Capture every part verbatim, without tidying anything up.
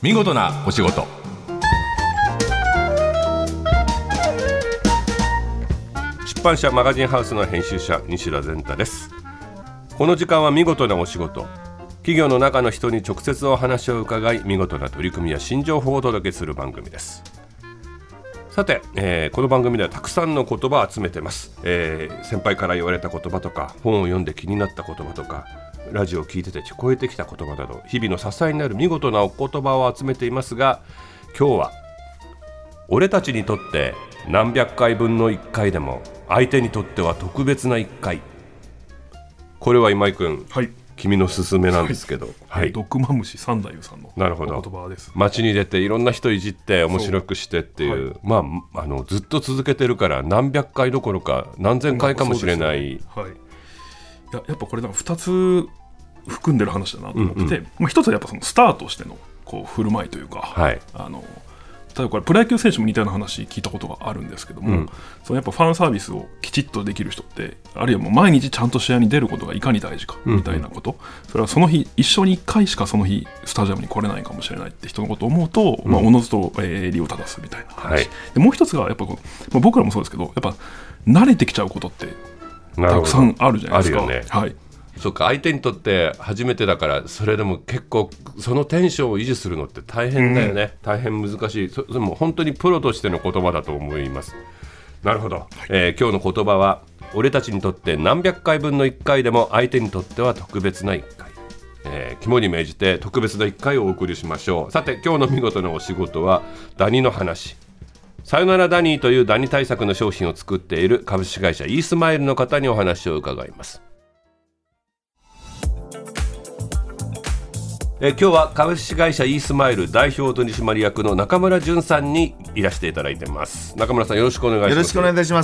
見事なお仕事。出版社マガジンハウスの編集者西田善太です。この時間は見事なお仕事、企業の中の人に直接お話を伺い、見事な取り組みや新情報をお届けする番組です。さて、えー、この番組ではたくさんの言葉を集めてます、えー、先輩から言われた言葉とか、本を読んで気になった言葉とか、ラジオを聞いてて聞こえてきた言葉など、日々の支えになる見事なお言葉を集めていますが、今日は俺たちにとって何百回分のいっかいでも、相手にとっては特別ないっかい。これは今井君、はい、君の勧めなんですけど、 はいはい、ドッグマムシ三太夫さんのお言葉です。 街に出ていろんな人いじって面白くしてっていう、はい、まあ、あのずっと続けてるから何百回どころか何千回かもしれない、ね、 はい、いや、やっぱこれなんかふたつ含んでる話だなと思って、うんうん、まあ、ひとつはやっぱそのスターとしてのこう振る舞いというか、はい、あの例えばこれプロ野球選手も似たような話聞いたことがあるんですけども、うん、そのやっぱファンサービスをきちっとできる人って、あるいはもう毎日ちゃんと試合に出ることがいかに大事かみたいなこと、うんうん、それはその日一生にいっかいしかその日スタジアムに来れないかもしれないって人のことを思うと、うん、まあ、おのずと、えー、利を正すみたいな話、はい、でもう一つがやっぱこう、まあ、僕らもそうですけど、やっぱ慣れてきちゃうことってたくさんあるじゃないですか。 あるよね。 はい、 そうか、相手にとって初めてだから、それでも結構そのテンションを維持するのって大変だよね、うん、大変難しい。そでも本当にプロとしての言葉だと思います。なるほど、はい、えー、今日の言葉は、俺たちにとって何百回分のいっかいでも、相手にとっては特別ないっかい、えー、肝に銘じて特別ないっかいをお送りしましょう。さて、今日の見事なお仕事はダニの話。さよならダニーというダニ対策の商品を作っている株式会社イースマイルの方にお話を伺います。え今日は株式会社イースマイル代表取締役の中村淳さんにいらしていただいてます。中村さん、よろしくお願いします。 よろしくお願いいたします。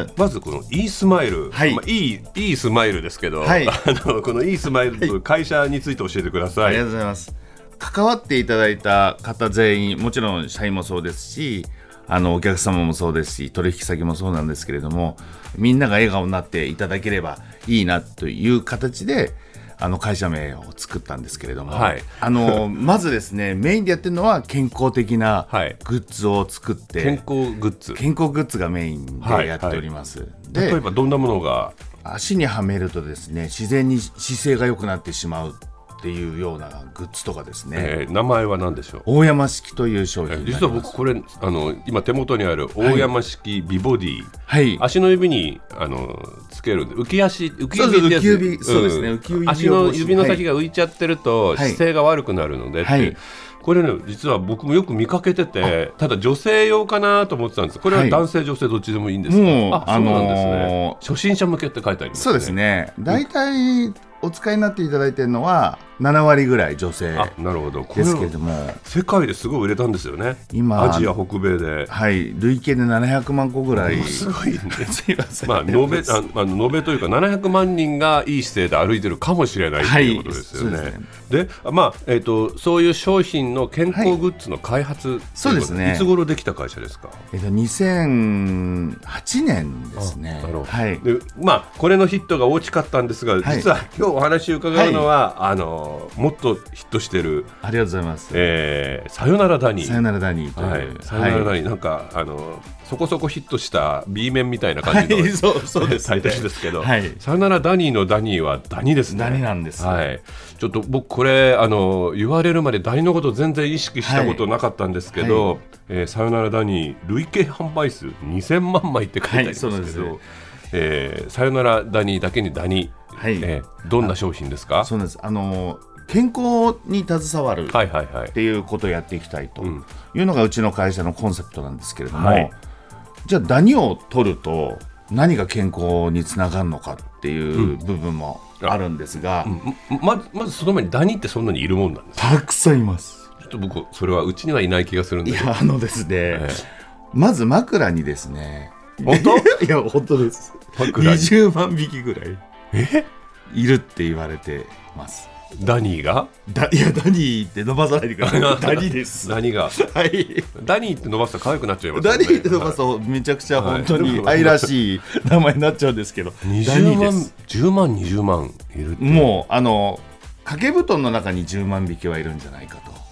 まずこのイースマイル、はい、まあ、いい、いいスマイルですけど、はい、あのこのイースマイルという会社について教えてください。 はい、ありがとうございます。関わっていただいた方全員、もちろん社員もそうですし、あのお客様もそうですし、取引先もそうなんですけれども、みんなが笑顔になっていただければいいなという形であの会社名を作ったんですけれども、はい、あのまずですね、メインでやってるのは健康的なグッズを作って、 はい、健康グッズ健康グッズがメインでやっております。はいはい、 で、例えばどんなものが？ 足にはめるとですね、自然に姿勢が良くなってしまうっていうようなグッズとかですね、 えー、名前は何でしょう？ 大山式という商品になります。 実は僕これあの今手元にある大山式美ボディ、はい、足の指にあのつける浮き足浮き指ってやつ、 そうそう、浮き指、そうですね、浮き指、 足の指の先が浮いちゃってると姿勢が悪くなるのでって、はいはい、これね、実は僕もよく見かけてて、ただ女性用かなと思ってたんです。これは男性、はい、女性どっちでもいいんですか？もう、あ、そうなんですね。初心者向けって書いてありますね。 そうですね。だいたいお使いになっていただいているのはななわりぐらい女性ですけれども、 世界ですごい売れたんですよね。今アジア北米で、 はい、累計でななひゃくまんこぐらい。 すごいね。すいません、まあ、延べああの延べというかななひゃくまんにんがいい姿勢で歩いてるかもしれないということですよね。はい、で、ね、で、まあ、えーと、そういう商品の健康グッズの開発、はい、 そうですね。 いつ頃できた会社ですか？ えーと、にせんはちねんですね。 なるほど。はい、で、まあ、これのヒットが大きかったんですが、実は今日お話を伺うのは、はい、あのもっとヒットしてる、 ありがとうございます、 えー、さよならダニー、 さよならダニーという、はい、 さよならダニー、なんかあのそこそこヒットした B 面みたいな感じの、 はい、そうそうですね、 タイトルですけど、はい、さよならダニーのダニーはダニですね。 ダニなんです、 はい、ちょっと僕これあの言われるまでダニのこと全然意識したことなかったんですけど、はい、えー、さよならダニー累計販売数にせんまんまいって書いてありますけど、はい、そうです、えー、さよならダニーだけにダニ、はい、えー、どんな商品ですか？ そうなんです。あの健康に携わるっていうことをやっていきたいというのがうちの会社のコンセプトなんですけれども、はい、じゃあダニを取ると何が健康につながるのかっていう部分もあるんですが、うんうん、ま, まずその前にダニってそんなにいるもんなんですか？ たくさんいます。 ちょっと僕それはうちにはいない気がするんで。 いや、あのですね、えー、まず枕にですね、 本当？ いや本当です、にじゅうまんびきぐらいえいるって言われてます。 ダニーがだいやダニーって伸ばさないでください。ダニーです。 ダニが、はい、ダニーって伸ばすと可愛くなっちゃいますよね。 ダニーって伸ばすとめちゃくちゃ本当に愛らしい名前になっちゃうんですけど、 にじゅうまん、じゅうまん、にじゅうまんいるって、 もうあの掛け布団の中にじゅうまんびきはいるんじゃないかと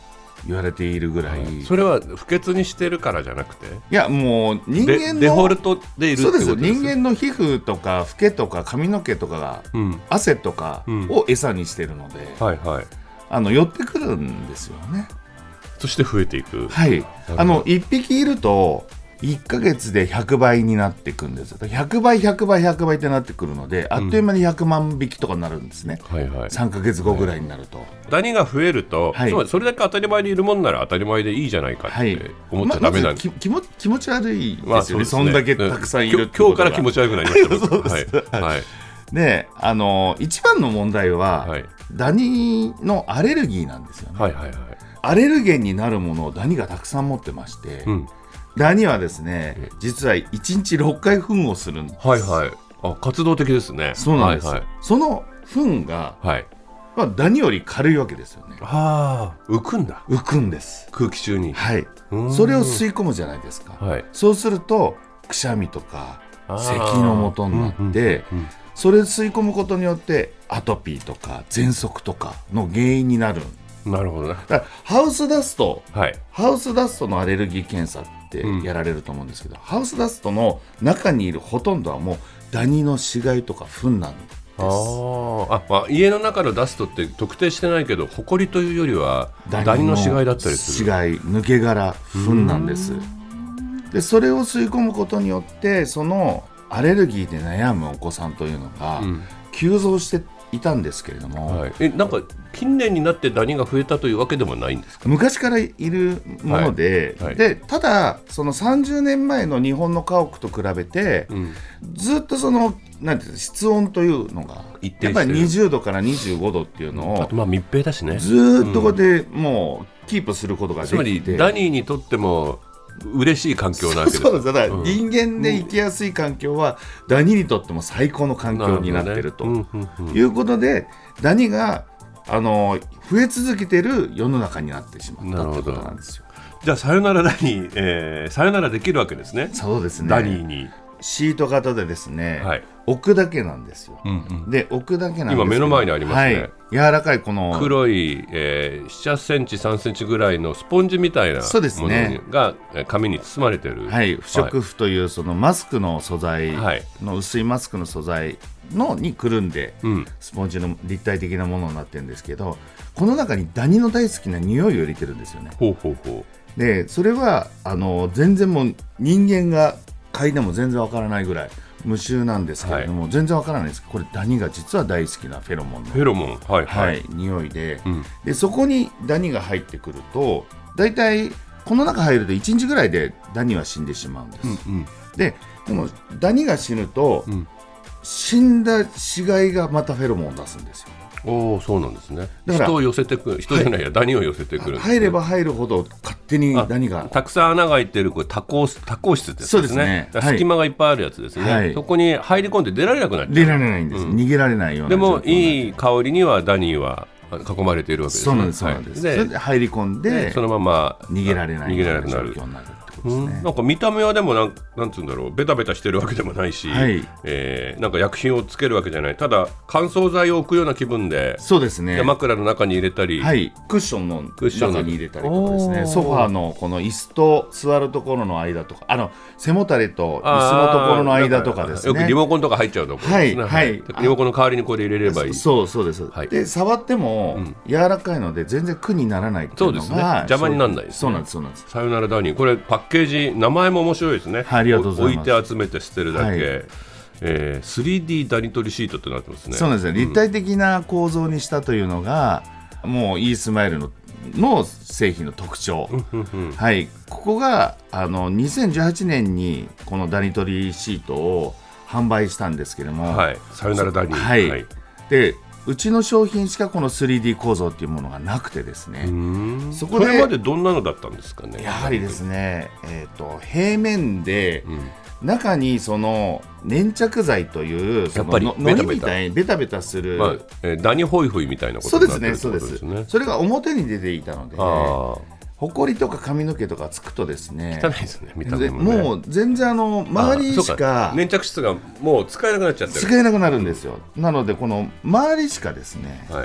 言われているぐらい、はい、 それは不潔にしてるからじゃなくて、 いやもう人間のデフォルトでいるってことです。 そうです。人間の皮膚とかフケとか髪の毛とかが、うん、汗とかを餌にしてるので、うんはいはい、あの寄ってくるんですよね。 そして増えていく。 はい、あのいっぴきいるといっかげつでひゃくばいになっていくんですよ。ひゃくばいひゃくばいひゃくばいってなってくるので、あっという間にひゃくまんびきとかになるんですね、うんはいはい、さんかげつごぐらいになると、はい、 ダニが増えると、はい、つまりそれだけ当たり前でいるもんなら当たり前でいいじゃないかって思っちゃダメなんです、 はいまま、気, 持気持ち悪いですよね、まあ そ, ねそんだけたくさんいるってことが今日から気持ち悪くなりましたそうです、 はいはい、であの一番の問題は、はい、ダニのアレルギーなんですよね、はいはいはい、アレルゲンになるものをダニがたくさん持ってまして、うんダニはですね、実はいちにちろっかい糞をするんです。 はいはい。あ、活動的ですね。 そうなんです。はいはい、その糞が、はいまあ、ダニより軽いわけですよね。 はあ、浮くんだ。 浮くんです。 空気中に。 はい。それを吸い込むじゃないですか。はい、そうするとくしゃみとか咳の元になって、うんうんうんうん、それを吸い込むことによってアトピーとか喘息とかの原因になる。 なるほどね。 だからハウスダスト、はい、ハウスダストのアレルギー検査やられると思うんですけど、うん、ハウスダストの中にいるほとんどはもうダニの死骸とか糞なんです。 ああ、まあ、家の中のダストって特定してないけど、ホコリというよりはダニの死骸だったりする。 死骸、抜け殻、糞なんです。でそれを吸い込むことによってそのアレルギーで悩むお子さんというのが急増していたんですけれども、 はい、えなんか近年になってダニが増えたというわけでもないんですか。 昔からいるもので、はいはい、でただそのさんじゅうねんまえの日本の家屋と比べて、うん、ずっとそのなんていう室温というのがやっぱりにじゅうどからにじゅうごどっていうのを、 あとまあ密閉だしね、 ずっとこうやってもうキープすることができて、つまりダニーにとっても嬉しい環境なわけです。 そうです。だから人間で生きやすい環境は、うん、ダニにとっても最高の環境になっているということで、ダニがあの増え続けている世の中になってしまったということなんですよ。 じゃあさよならダニ、えー、さよならできるわけですね。 そうですね。 ダニにシート型でですね、はい、置くだけなんですよ、うんうん、で置くだけなんですけど、 今目の前にありますね、 はい、柔らかいこの黒い、えー、なな、はちセンチさんセンチぐらいのスポンジみたいなものが紙に包まれてる、 はい、不織布というそのマスクの素材の薄いマスクの素材のにくるんで、うん、スポンジの立体的なものになってるんですけど、この中にダニの大好きな匂いを入れてるんですよね。 ほうほうほう。でそれはあの全然もう人間が嗅いでも全然わからないぐらい無臭なんですけれども、はい、全然わからないですけど、これダニが実は大好きなフェロモンのフェロモン、はいはいはい、匂い で,、うん、でそこにダニが入ってくると、だいたいこの中入るといちにちぐらいでダニは死んでしまうんです、うんうん、でこのダニが死ぬと、うん、死んだ死骸がまたフェロモンを出すんですよ。 おー、そうなんですね。だから人を寄せてくる、人じゃないや、はい、ダニを寄せてくるんですね。 入れば入るほど勝手にダニがたくさん穴が開いてるこれ多孔多孔室ですね。 そうですね、 はい、隙間がいっぱいあるやつですね、はい、そこに入り込んで出られなくなっちゃう。 出られないんです、うん、逃げられないような。 でもいい香りにはダニは囲まれているわけですね。 そうなんです、そうなんです、はい、それで入り込んでそのまま逃げられないような状況になる。うん、なんか見た目はでもなん、なんつうんだろう、ベタベタしてるわけでもないし、はい、えー、なんか薬品をつけるわけじゃない、ただ乾燥剤を置くような気分で、 そうですね、 枕の中に入れたり、 はい、クッションの中に入れたりとかですね、ソファーのこの椅子と座るところの間とか、あの背もたれと椅子のところの間とかですね、 よくリモコンとか入っちゃうところですね、はいはい、リモコンの代わりにこれ入れればいい。 そうそうです、はい、で触っても柔らかいので全然苦にならないっていうのが、 そうですね、邪魔にならないですね。 そうなんです、そうなんです。 さよならダニ、これパッケージ名前も面白いですね、 はい、ありがとうございます。 置いて集めて捨てるだけ、はい、えー、スリーディー ダニ取りシートってなってますね。 そうなんですね、うん、立体的な構造にしたというのがもうイースマイル の, の製品の特徴はい、ここがあのにせんじゅうはちねんにこのダニ取りシートを販売したんですけれども、 はい、さよならダニ、 はい、はい、でうちの商品しかこの スリーディー 構造っていうものがなくてですね、 そこでこれまでどんなのだったんですかね。 やはりですね、えーと、平面で、うん、中にその粘着剤というそのやっぱりベタベタみたいにベタベタする、 まあえー、ダニホイホイみたいなことになってるってことですね。 そうですね、そうです。それが表に出ていたので、ほこりとか髪の毛とかつくとですね、 汚いですね、見た目もね。 もう全然あの周りしか粘着質がもう使えなくなっちゃってる。 使えなくなるんですよ。なのでこの周りしかですね、はい、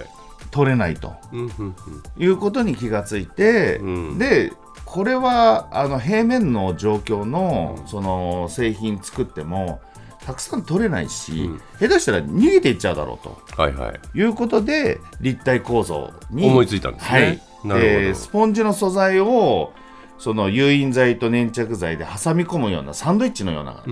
取れないということに気がついて、うん、でこれはあの平面の状況 の, その製品作ってもたくさん取れないし、うん、下手したら逃げていっちゃうだろうと、はいはい、いうことで立体構造に思いついたんですね、はい、なるほど。 でスポンジの素材をその誘引剤と粘着剤で挟み込むようなサンドイッチのような、うんうん、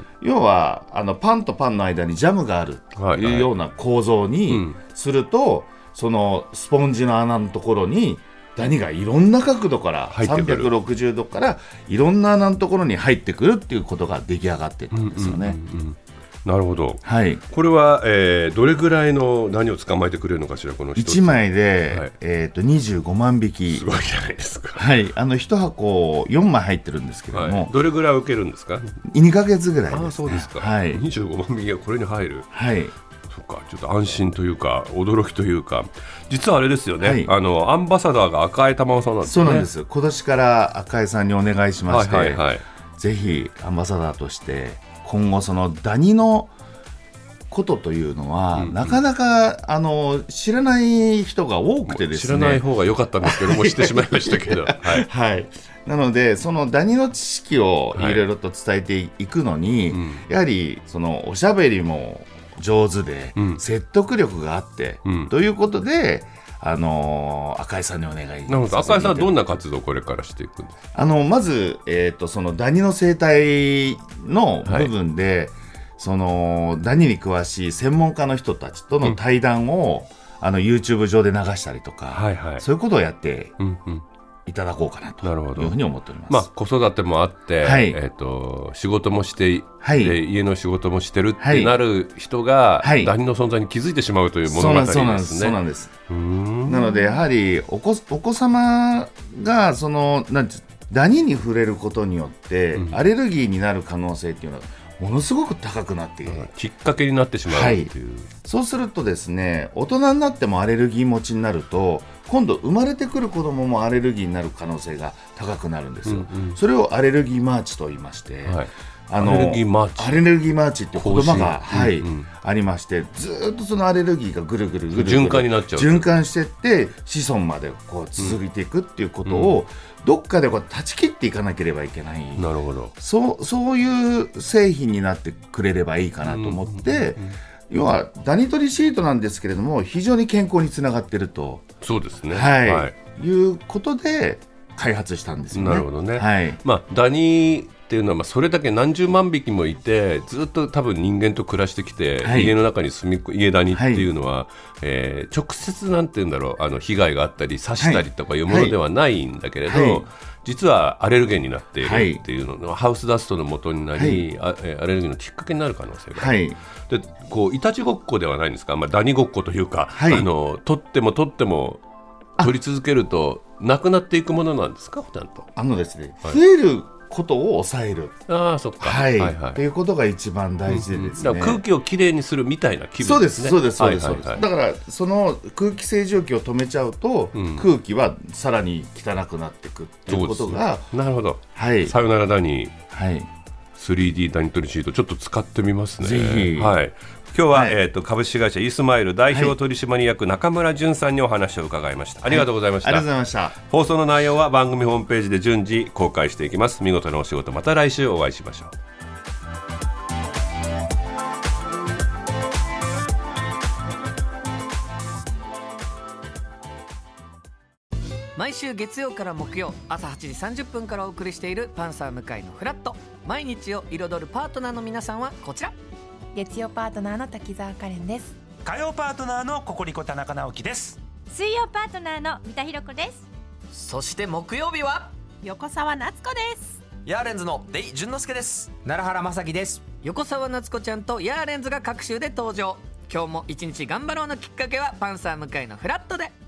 要はあのパンとパンの間にジャムがあるというような構造にすると、はいはい、そのスポンジの穴のところにダニがいろんな角度からさんびゃくろくじゅうどからいろんな穴のところに入ってくるっていうことが出来上がっているんですよね、うんうんうんうん。 なるほど、 はい、 これは、えー、どれぐらいのダニを捕まえてくれるのかしら。このいちまいで、はい、えー、とにじゅうごまんびき。 すごいじゃないですか、 はい、あのいち箱よんまい入ってるんですけども、はい、 どれぐらい受けるんですか。 にかげつぐらいですね。 あ、そうですか、 はい、 にじゅうごまんびきがこれに入る。 はい、 そっか、ちょっと安心というか驚きというか、実はあれですよね、はい、あのアンバサダーが赤江玉緒さんなんですね。 そうなんです。今年から赤江さんにお願いしまして、はいはいはい、ぜひアンバサダーとして今後そのダニのことというのは、うんうん、なかなかあの知らない人が多くてですね。 知らない方が良かったんですけども知ってしまいましたけど、はいはい、なのでそのダニの知識をいろいろと伝えていくのに、はい、やはりそのおしゃべりも上手で、うん、説得力があって、うん、ということで、あのー、赤井さんにお願いさせていただいて。 赤井さんはどんな活動をこれからしていくんですか。 あのまず、えーと、そのダニの生態の部分で、はい、そのダニに詳しい専門家の人たちとの対談を、うん、あの YouTube 上で流したりとか、はいはい、そういうことをやっていただこうかなというふうに思っております。 まあ、子育てもあって、はい、えーと、仕事もして、はい、で家の仕事もしてるってなる人が、はい、ダニの存在に気づいてしまうという物語ですね。 そうなんです。うーん、なのでやはりお子、お子様がそのなんてダニに触れることによって、うん、アレルギーになる可能性っていうのはものすごく高くなっている、 きっかけになってしまうっていう、はい、 そうするとですね、大人になってもアレルギー持ちになると今度生まれてくる子供もアレルギーになる可能性が高くなるんですよ、うんうん、それをアレルギーマーチと言いまして、はい、あのアレルギーマーチアレルギーマーチっていう言葉が、はいうんうん、ありまして、ずっとそのアレルギーがぐるぐるぐるぐる循環になっちゃう、 循環していって子孫までこう続いていくっていうことを、うん、どっかでこう断ち切っていかなければいけない。 なるほど。 そう、そういう製品になってくれればいいかなと思って、うんうんうん、要はダニ取りシートなんですけれども非常に健康につながっていると。 そうですね、 はいはい、いうことで開発したんですよね。 なるほどね、 はい。 まあ、ダニっていうのはまあそれだけ何十万匹もいてずっと多分人間と暮らしてきて、はい、家の中に住み家ダニっていうのは、はい、えー、直接なんていうんだろう、あの被害があったり刺したりとかいうものではないんだけれど、はいはい、実はアレルゲンになっているっていうのが、はい、ハウスダストの元になり、はい、アレルギーのきっかけになる可能性がある、はい、でこういたちごっこではないんですか、まあ、ダニごっこというか、はい、あの取っても取っても取り続けるとなくなっていくものなんですか。ちゃんとあのですね、はい、増えることを抑える、 ああそっか、 はいはいはい、っていうことが一番大事でですね、 うんうん、だから空気をきれいにするみたいな気分ですね。 そうですそうですそうです、はいはいはい、だからその空気清浄機を止めちゃうと、うん、空気はさらに汚くなっていくっていうことが、 なるほど、はい、さよならダニ、はい、スリーディー ダニ取りシートちょっと使ってみますね。 ぜひ、 はい、今日は、はい、えー、と株式会社イスマイル代表取締役中村淳さんにお話を伺いました。ありがとうございました、 はい、ありがとうございました。 放送の内容は番組ホームページで順次公開していきます。見事なお仕事、また来週お会いしましょう。 毎週月曜から木曜朝はちじさんじゅっぷんからお送りしているパンサー向井のフラット。毎日を彩るパートナーの皆さんはこちら。 月曜パートナーの滝沢カレンです。 火曜パートナーのココリコ田中直樹です。 水曜パートナーの三田寛子です。 そして木曜日は横澤夏子です。 ヤーレンズのデイ淳之介です。 奈良原正樹です。 横澤夏子ちゃんとヤーレンズが各週で登場。今日も一日頑張ろうのきっかけはパンサー向井のフラットで。